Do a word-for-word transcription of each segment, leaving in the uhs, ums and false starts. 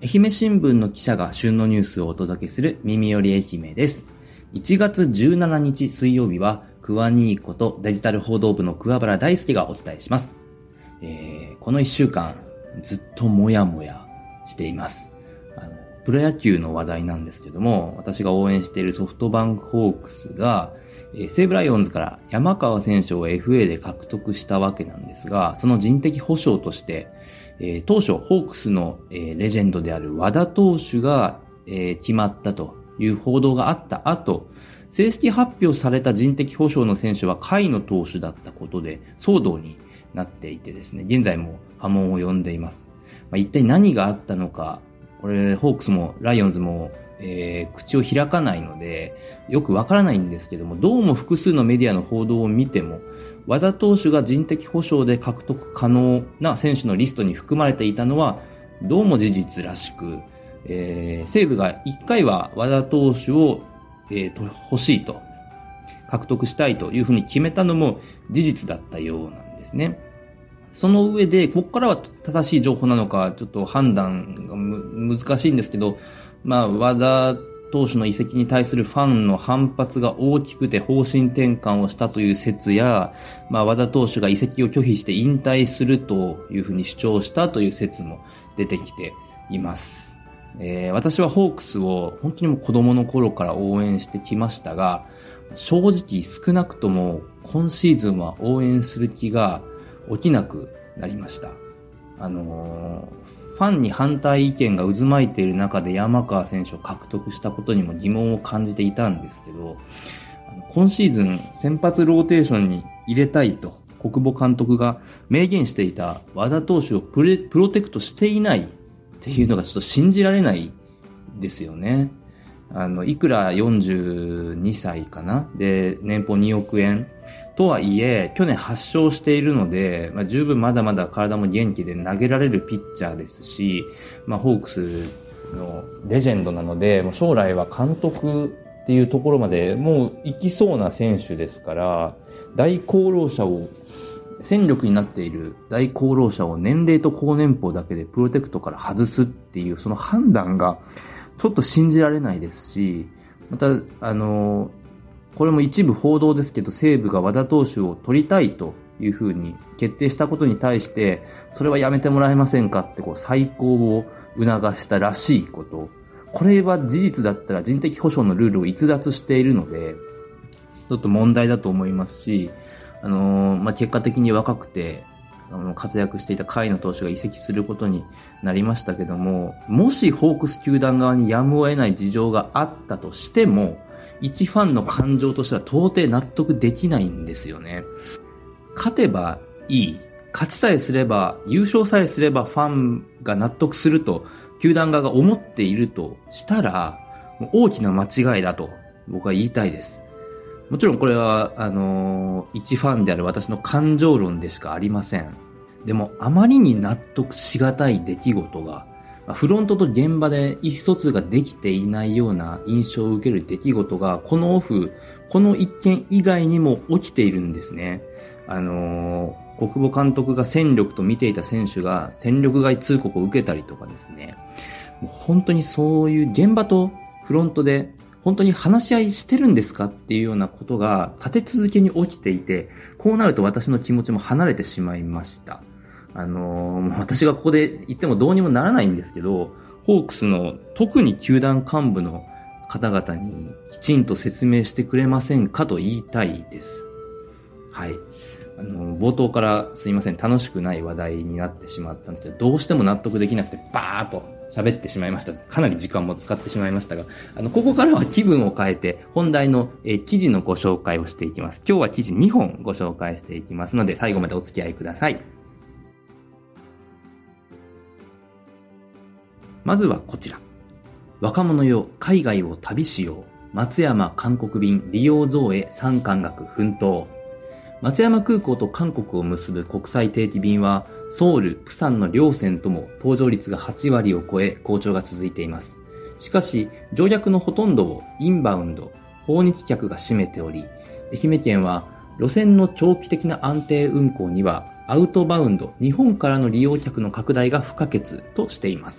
愛媛新聞の記者が旬のニュースをお届けする耳より愛媛です。いちがつじゅうしちにち水曜日はクワニーことデジタル報道部の桑原大輔がお伝えします。えー、このいっしゅうかんずっともやもやしています。あのプロ野球の話題なんですけども、私が応援しているソフトバンクホークスが、えー、西武ライオンズから山川選手を エフエー で獲得したわけなんですが、その人的保障としてえー、当初ホークスの、えー、レジェンドである和田投手が、えー、決まったという報道があった後、正式発表された人的保障の選手は甲斐野投手だったことで騒動になっていてですね、現在も波紋を呼んでいます。まあ、一体何があったのか、これホークスもライオンズも、えー、口を開かないのでよくわからないんですけども、どうも複数のメディアの報道を見ても和田投手が人的保障で獲得可能な選手のリストに含まれていたのはどうも事実らしく、えー、西武がいっかいは和田投手を、えー、と欲しいと獲得したいというふうに決めたのも事実だったようなんですね。その上でここからは正しい情報なのかちょっと判断がむ難しいんですけど、まあ和田投手の移籍に対するファンの反発が大きくて方針転換をしたという説や、まあ和田投手が移籍を拒否して引退するというふうに主張したという説も出てきています。えー、私はホークスを本当にもう子供の頃から応援してきましたが、正直少なくとも今シーズンは応援する気が起きなくなりました。あのーファンに反対意見が渦巻いている中で山川選手を獲得したことにも疑問を感じていたんですけど、今シーズン先発ローテーションに入れたいと小久保監督が明言していた和田投手をプレ、プロテクトしていないっていうのがちょっと信じられないですよね。あの、いくらよんじゅうにさいかなで、年俸におくえんとはいえ、去年発症しているので、まあ、十分まだまだ体も元気で投げられるピッチャーですし、まあ、ホークスのレジェンドなので、もう将来は監督っていうところまでもう行きそうな選手ですから、大功労者を、戦力になっている大功労者を年齢と高年俸だけでプロテクトから外すっていう、その判断がちょっと信じられないですし、また、あの、これも一部報道ですけど、西武が和田投手を取りたいというふうに決定したことに対して、それはやめてもらえませんかってこう再考を促したらしいこと。これは事実だったら人的保障のルールを逸脱しているので、ちょっと問題だと思いますし、あのー、まあ、結果的に若くて、あの活躍していた甲斐野投手が移籍することになりましたけども、もしホークス球団側にやむを得ない事情があったとしても、一ファンの感情としては到底納得できないんですよね。勝てばいい。勝ちさえすれば、優勝さえすればファンが納得すると、球団側が思っているとしたら、もう大きな間違いだと僕は言いたいです。もちろんこれは、あのー、一ファンである私の感情論でしかありません。でも、あまりに納得しがたい出来事が、フロントと現場で意思疎通ができていないような印象を受ける出来事が、このオフ、この一件以外にも起きているんですね。あのー、小久保監督が戦力と見ていた選手が戦力外通告を受けたりとかですね。もう本当にそういう現場とフロントで本当に話し合いしてるんですかっていうようなことが立て続けに起きていて、こうなると私の気持ちも離れてしまいました。あのー、私がここで言ってもどうにもならないんですけど、ホークスの特に球団幹部の方々にきちんと説明してくれませんかと言いたいです。はい。あのー、冒頭からすいません、楽しくない話題になってしまったんですけど、どうしても納得できなくてバーッと喋ってしまいました。かなり時間も使ってしまいましたが、あの、ここからは気分を変えて本題の、えー、記事のご紹介をしていきます。今日は記事にほんご紹介していきますので、最後までお付き合いください。まずはこちら。若者よ、海外を旅しよう。松山韓国便利用増へ産官学奮闘。松山空港と韓国を結ぶ国際定期便は、ソウル、プサンの両線とも搭乗率がはちわりを超え、好調が続いています。しかし、乗客のほとんどをインバウンド、訪日客が占めており、愛媛県は路線の長期的な安定運行には、アウトバウンド、日本からの利用客の拡大が不可欠としています。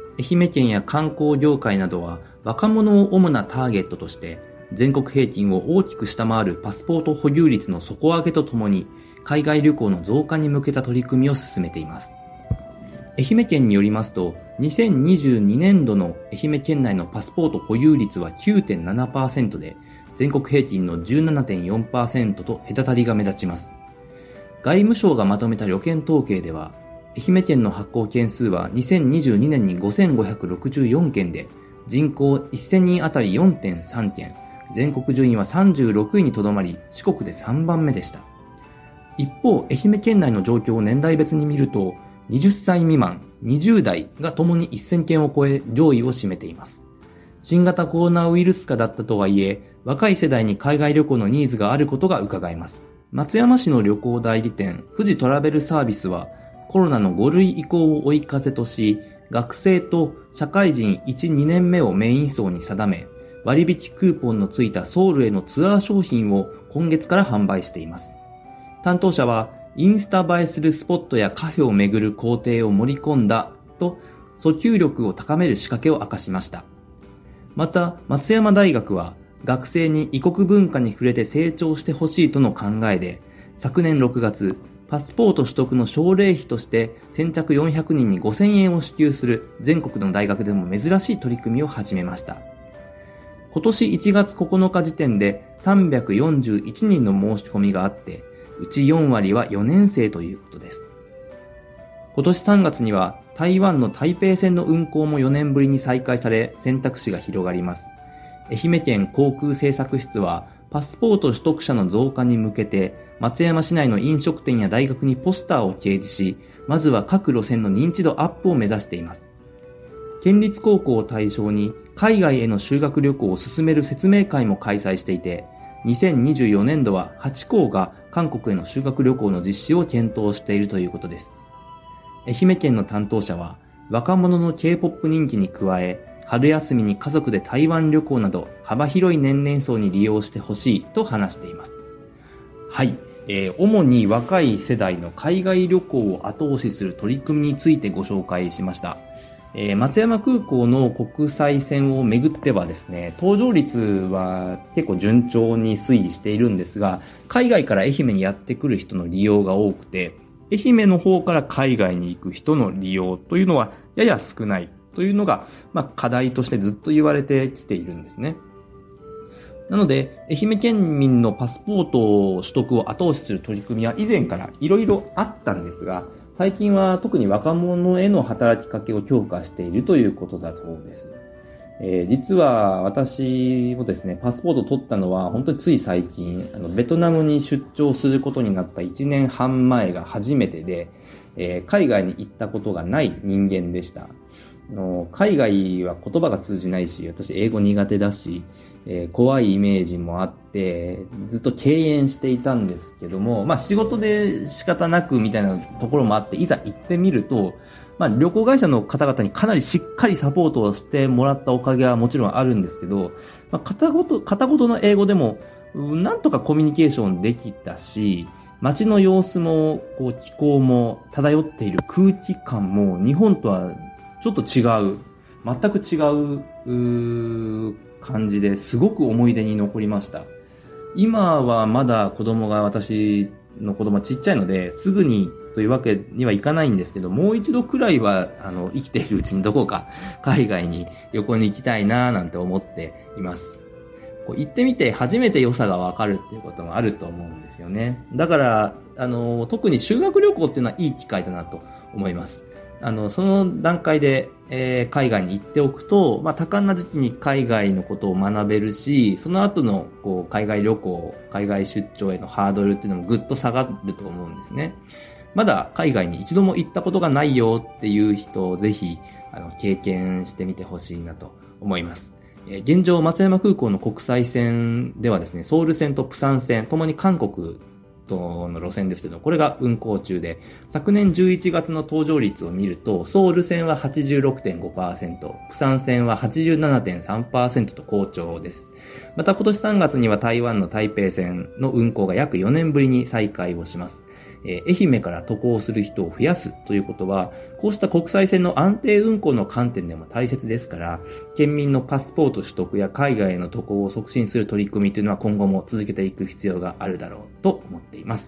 愛媛県や観光業界などは若者を主なターゲットとして全国平均を大きく下回るパスポート保有率の底上げとともに海外旅行の増加に向けた取り組みを進めています。愛媛県によりますと、にせんにじゅうにねんどの愛媛県内のパスポート保有率は きゅうてんななパーセント で、全国平均の じゅうななてんよんパーセント と隔たりが目立ちます。外務省がまとめた旅券統計では、愛媛県の発行件数はにせんにじゅうにねんにごせんごひゃくろくじゅうよんけんで、人口せんにんあたり よんてんさんけん、全国順位はさんじゅうろくいにとどまり、四国でさんばんめでした。一方、愛媛県内の状況を年代別に見ると、はたち未満、にじゅうだいがともにせんけんを超え上位を占めています。新型コロナウイルス禍だったとはいえ、若い世代に海外旅行のニーズがあることが伺えます。松山市の旅行代理店、富士トラベルサービスは、コロナのご類移行を追い風とし、学生と社会人いち、にねんめをメイン層に定め、割引クーポンのついたソウルへのツアー商品を今月から販売しています。担当者は、インスタ映えするスポットやカフェを巡る工程を盛り込んだと、訴求力を高める仕掛けを明かしました。また、松山大学は、学生に異国文化に触れて成長してほしいとの考えで、昨年ろくがつ、パスポート取得の奨励費として先着よんひゃくにんにごせんえんを支給する全国の大学でも珍しい取り組みを始めました。今年いちがつここのか時点でさんびゃくよんじゅういちにんの申し込みがあって、うちよんわりはよねんせいということです。今年さんがつには台湾の台北線の運航もよねんぶりに再開され選択肢が広がります。愛媛県航空政策室はパスポート取得者の増加に向けて松山市内の飲食店や大学にポスターを掲示し、まずは各路線の認知度アップを目指しています。県立高校を対象に海外への修学旅行を進める説明会も開催していて、にせんにじゅうよねんどははちこうが韓国への修学旅行の実施を検討しているということです。愛媛県の担当者は、若者の K-ポップ 人気に加え、春休みに家族で台湾旅行など幅広い年齢層に利用してほしいと話しています。はい、えー、主に若い世代の海外旅行を後押しする取り組みについてご紹介しました。えー、松山空港の国際線をめぐってはですね、搭乗率は結構順調に推移しているんですが、海外から愛媛にやってくる人の利用が多くて、愛媛の方から海外に行く人の利用というのはやや少ないというのが、まあ、課題としてずっと言われてきているんですね。なので、愛媛県民のパスポート取得を後押しする取り組みは以前からいろいろあったんですが、最近は特に若者への働きかけを強化しているということだそうです。えー、実は私もですね、パスポートを取ったのは本当につい最近、あのベトナムに出張することになったいちねんはんまえが初めてで、えー、海外に行ったことがない人間でした。あの海外は言葉が通じないし、私英語苦手だし、えー、怖いイメージもあってずっと敬遠していたんですけども、まあ仕事で仕方なくみたいなところもあって、いざ行ってみると、まあ旅行会社の方々にかなりしっかりサポートをしてもらったおかげはもちろんあるんですけど、まあ、片言片言の英語でもなんとかコミュニケーションできたし、街の様子もこう気候も漂っている空気感も日本とはちょっと違う、全く違う、うー感じですごく思い出に残りました。今はまだ子供が、私の子供はちっちゃいのですぐにというわけにはいかないんですけど、もう一度くらいはあの生きているうちにどこか海外に旅行に行きたいなーなんて思っています。こう行ってみて初めて良さがわかるっていうこともあると思うんですよね。だからあの特に修学旅行っていうのはいい機会だなと思います。あの、その段階で、えー、海外に行っておくと、まあ、多感な時期に海外のことを学べるし、その後の、こう、海外旅行、海外出張へのハードルっていうのもぐっと下がると思うんですね。まだ海外に一度も行ったことがないよっていう人をぜひ、あの、経験してみてほしいなと思います。えー、現状、松山空港の国際線ではですね、ソウル線とプサン線、ともに韓国、の路線ですけど、これが運行中で、昨年じゅういちがつの搭乗率を見ると、ソウル線は はちじゅうろくてんごパーセント、プサン線は はちじゅうななてんさんパーセント と好調です。また今年さんがつには台湾の台北線の運行が約よねんぶりに再開をします。 えー、愛媛から渡航する人を増やすということは、こうした国際線の安定運航の観点でも大切ですから、県民のパスポート取得や海外への渡航を促進する取り組みというのは今後も続けていく必要があるだろうと思っています。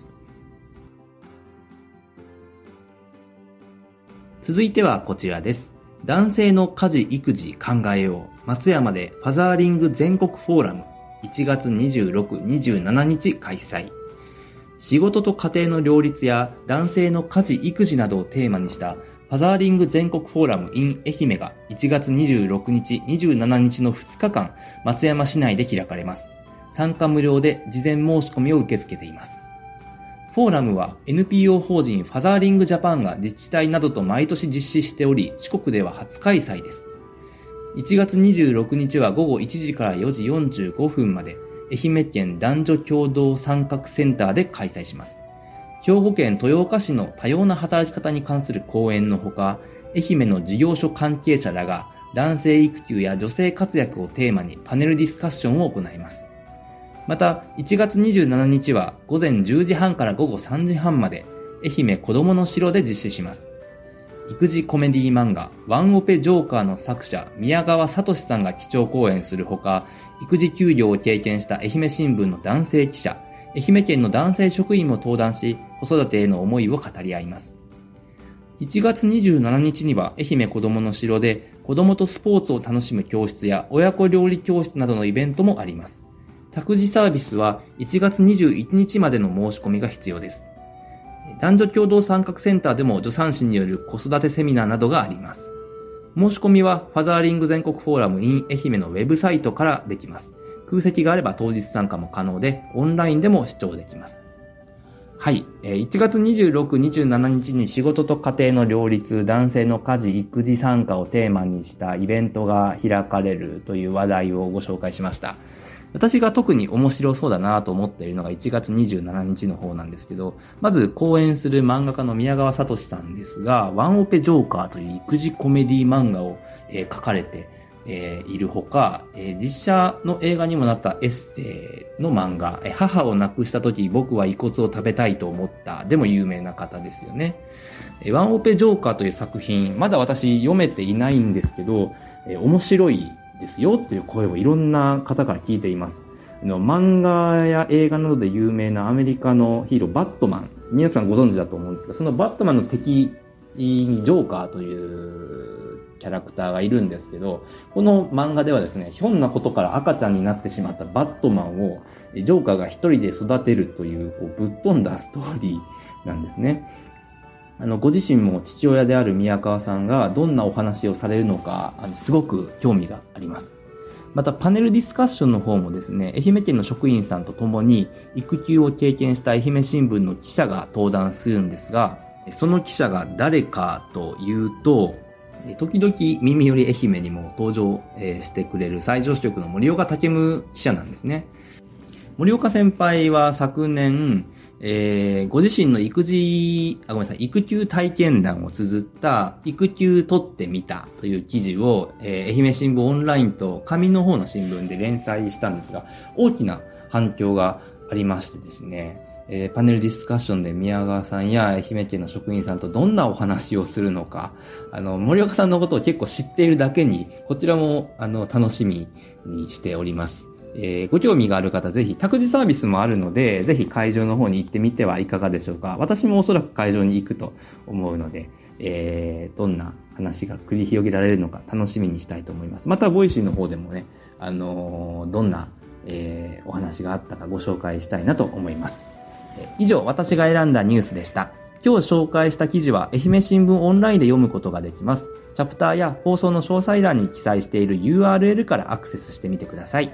続いてはこちらです。男性の家事育児考えよう。松山でファザーリング全国フォーラムいちがつにじゅうろく、にじゅうしちにち開催。仕事と家庭の両立や男性の家事育児などをテーマにしたファザーリング全国フォーラム in 愛媛がいちがつにじゅうろくにち、にじゅうしちにちのふつかかん松山市内で開かれます。参加無料で事前申し込みを受け付けています。フォーラムは エヌピーオー 法人ファザーリングジャパンが自治体などと毎年実施しており、四国では初開催です。いちがつにじゅうろくにちはごごいちじからよじよんじゅうごふんまで愛媛県男女共同参画センターで開催します。兵庫県豊岡市の多様な働き方に関する講演のほか、愛媛の事業所関係者らが男性育休や女性活躍をテーマにパネルディスカッションを行います。また、いちがつにじゅうしちにちは午前じゅうじはんから午後さんじはんまで愛媛こどもの城で実施します。育児コメディ漫画ワンオペジョーカーの作者宮川聡さんが基調講演するほか、育児休業を経験した愛媛新聞の男性記者、愛媛県の男性職員も登壇し、子育てへの思いを語り合います。いちがつにじゅうしちにちには愛媛こどもの城で子供とスポーツを楽しむ教室や親子料理教室などのイベントもあります。託児サービスはいちがつにじゅういちにちまでの申し込みが必要です。男女共同参画センターでも助産師による子育てセミナーなどがあります。申し込みはファザーリング全国フォーラム in 愛媛のウェブサイトからできます。空席があれば当日参加も可能で、オンラインでも視聴できます。はい。いちがつにじゅうろく、にじゅうしちにちに仕事と家庭の両立、男性の家事、育児参加をテーマにしたイベントが開かれるという話題をご紹介しました。私が特に面白そうだなと思っているのがいちがつにじゅうしちにちの方なんですけど、まず講演する漫画家の宮川聡さんですが、ワンオペジョーカーという育児コメディ漫画を、えー、書かれて、えー、いるほか、えー、実写の映画にもなったエッセイの漫画、えー、母を亡くした時僕は遺骨を食べたいと思ったでも有名な方ですよね。えー、ワンオペジョーカーという作品、まだ私読めていないんですけど、えー、面白いですよっていう声をいろんな方から聞いています。の漫画や映画などで有名なアメリカのヒーローバットマン、皆さんご存知だと思うんですが、そのバットマンの敵にジョーカーというキャラクターがいるんですけど、この漫画ではですね、ひょんなことから赤ちゃんになってしまったバットマンをジョーカーが一人で育てるという、こうぶっ飛んだストーリーなんですね。あの、ご自身も父親である宮川さんがどんなお話をされるのか、あの、すごく興味があります。また、パネルディスカッションの方もですね、愛媛県の職員さんと共に、育休を経験した愛媛新聞の記者が登壇するんですが、その記者が誰かというと、時々耳より愛媛にも登場してくれる西条支局の森岡武夢記者なんですね。森岡先輩は昨年、えー、ご自身の育児、あ、ごめんなさい、育休体験談を綴った育休取ってみたという記事を、えー、愛媛新聞オンラインと紙の方の新聞で連載したんですが、大きな反響がありましてですね、えー、パネルディスカッションで宮川さんや愛媛県の職員さんとどんなお話をするのか、あの、森岡さんのことを結構知っているだけに、こちらも、あの、楽しみにしております。えー、ご興味がある方、ぜひ、託児サービスもあるので、ぜひ会場の方に行ってみてはいかがでしょうか。私もおそらく会場に行くと思うので、えー、どんな話が繰り広げられるのか楽しみにしたいと思います。また、ボイシーの方でもね、あのー、どんな、えー、お話があったかご紹介したいなと思います。えー、以上、私が選んだニュースでした。今日紹介した記事は、愛媛新聞オンラインで読むことができます。チャプターや放送の詳細欄に記載している ユーアールエル からアクセスしてみてください。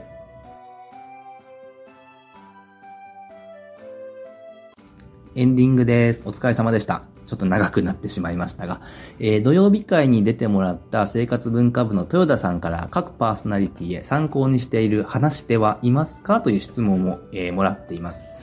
エンディングです。お疲れ様でした。ちょっと長くなってしまいましたが、えー、土曜日会に出てもらった生活文化部の豊田さんから各パーソナリティへ参考にしている話してはいますかという質問を、えー、もらっています。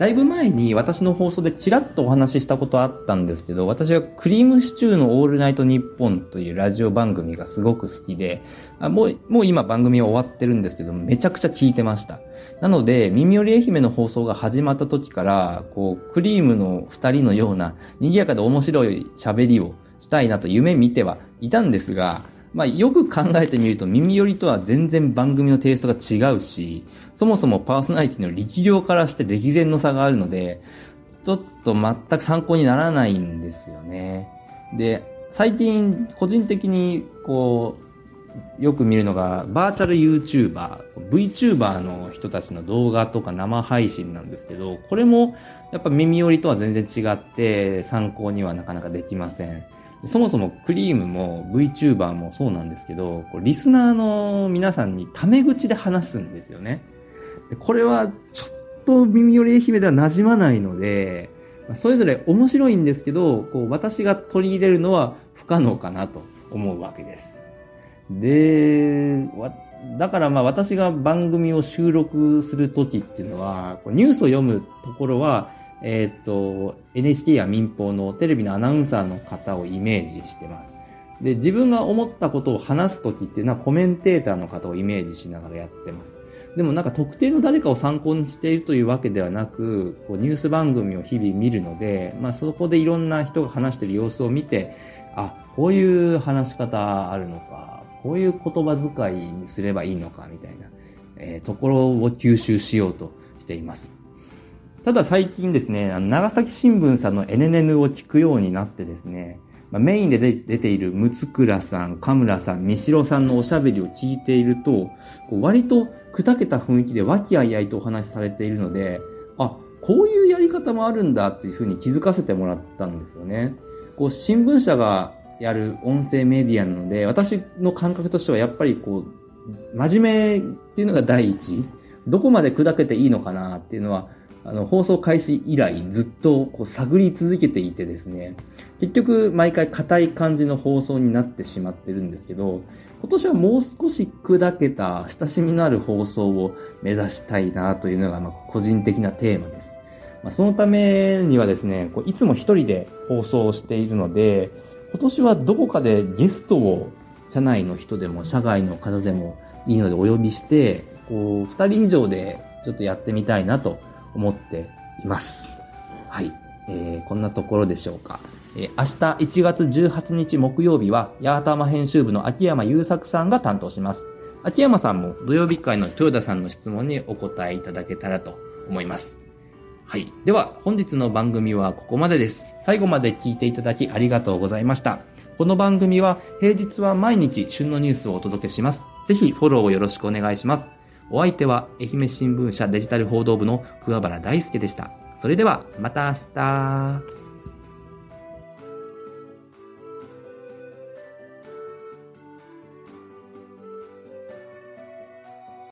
だいぶ前に私の放送でちらっとお話ししたことあったんですけど、私はクリームシチューのオールナイトニッポンというラジオ番組がすごく好きで、あもう、もう今番組は終わってるんですけど、めちゃくちゃ聞いてました。なので、耳より愛媛の放送が始まった時から、こう、クリームの二人のような賑やかで面白い喋りをしたいなと夢見てはいたんですが、まあよく考えてみると耳よりとは全然番組のテイストが違うし、そもそもパーソナリティの力量からして歴然の差があるので、ちょっと全く参考にならないんですよね。で、最近個人的にこう、よく見るのがバーチャル YouTuber、VTuber の人たちの動画とか生配信なんですけど、これもやっぱ耳よりとは全然違って参考にはなかなかできません。そもそもクリームも VTuber もそうなんですけど、リスナーの皆さんにタメ口で話すんですよね。でこれはちょっと耳より愛媛では馴染まないので、それぞれ面白いんですけど、こう私が取り入れるのは不可能かなと思うわけです。で、だからまあ私が番組を収録するときっていうのは、ニュースを読むところは、えっと、エヌエイチケー や民放のテレビのアナウンサーの方をイメージしてます。で、自分が思ったことを話すときっていうのはコメンテーターの方をイメージしながらやってます。でもなんか特定の誰かを参考にしているというわけではなく、こうニュース番組を日々見るので、まあそこでいろんな人が話している様子を見て、あ、こういう話し方あるのか、こういう言葉遣いにすればいいのかみたいな、えー、ところを吸収しようとしています。ただ最近ですね、長崎新聞さんの エヌエヌエヌ を聞くようになってですね、まあ、メインで出ている六倉さん、神村さん、三代さんのおしゃべりを聞いていると、割と砕けた雰囲気で和気あいあいとお話しされているので、あ、こういうやり方もあるんだっていうふうに気づかせてもらったんですよね。こう新聞社がやる音声メディアなので、私の感覚としてはやっぱりこう、真面目っていうのが第一。どこまで砕けていいのかなっていうのは、あの、放送開始以来ずっとこう探り続けていてですね、結局毎回硬い感じの放送になってしまってるんですけど、今年はもう少し砕けた親しみのある放送を目指したいなというのがまあ個人的なテーマです。まあ、そのためにはですね、こういつも一人で放送をしているので、今年はどこかでゲストを社内の人でも社外の方でもいいのでお呼びして、こう二人以上でちょっとやってみたいなと思っています。はい、えー、こんなところでしょうか。えー、明日いちがつじゅうはちにち木曜日は八幡浜編集部の秋山優作さんが担当します。秋山さんも土曜日会の豊田さんの質問にお答えいただけたらと思います。はい。では本日の番組はここまでです。最後まで聞いていただきありがとうございました。この番組は平日は毎日旬のニュースをお届けします。ぜひフォローをよろしくお願いします。お相手は愛媛新聞社デジタル報道部の桑原大輔でした。それではまた明日。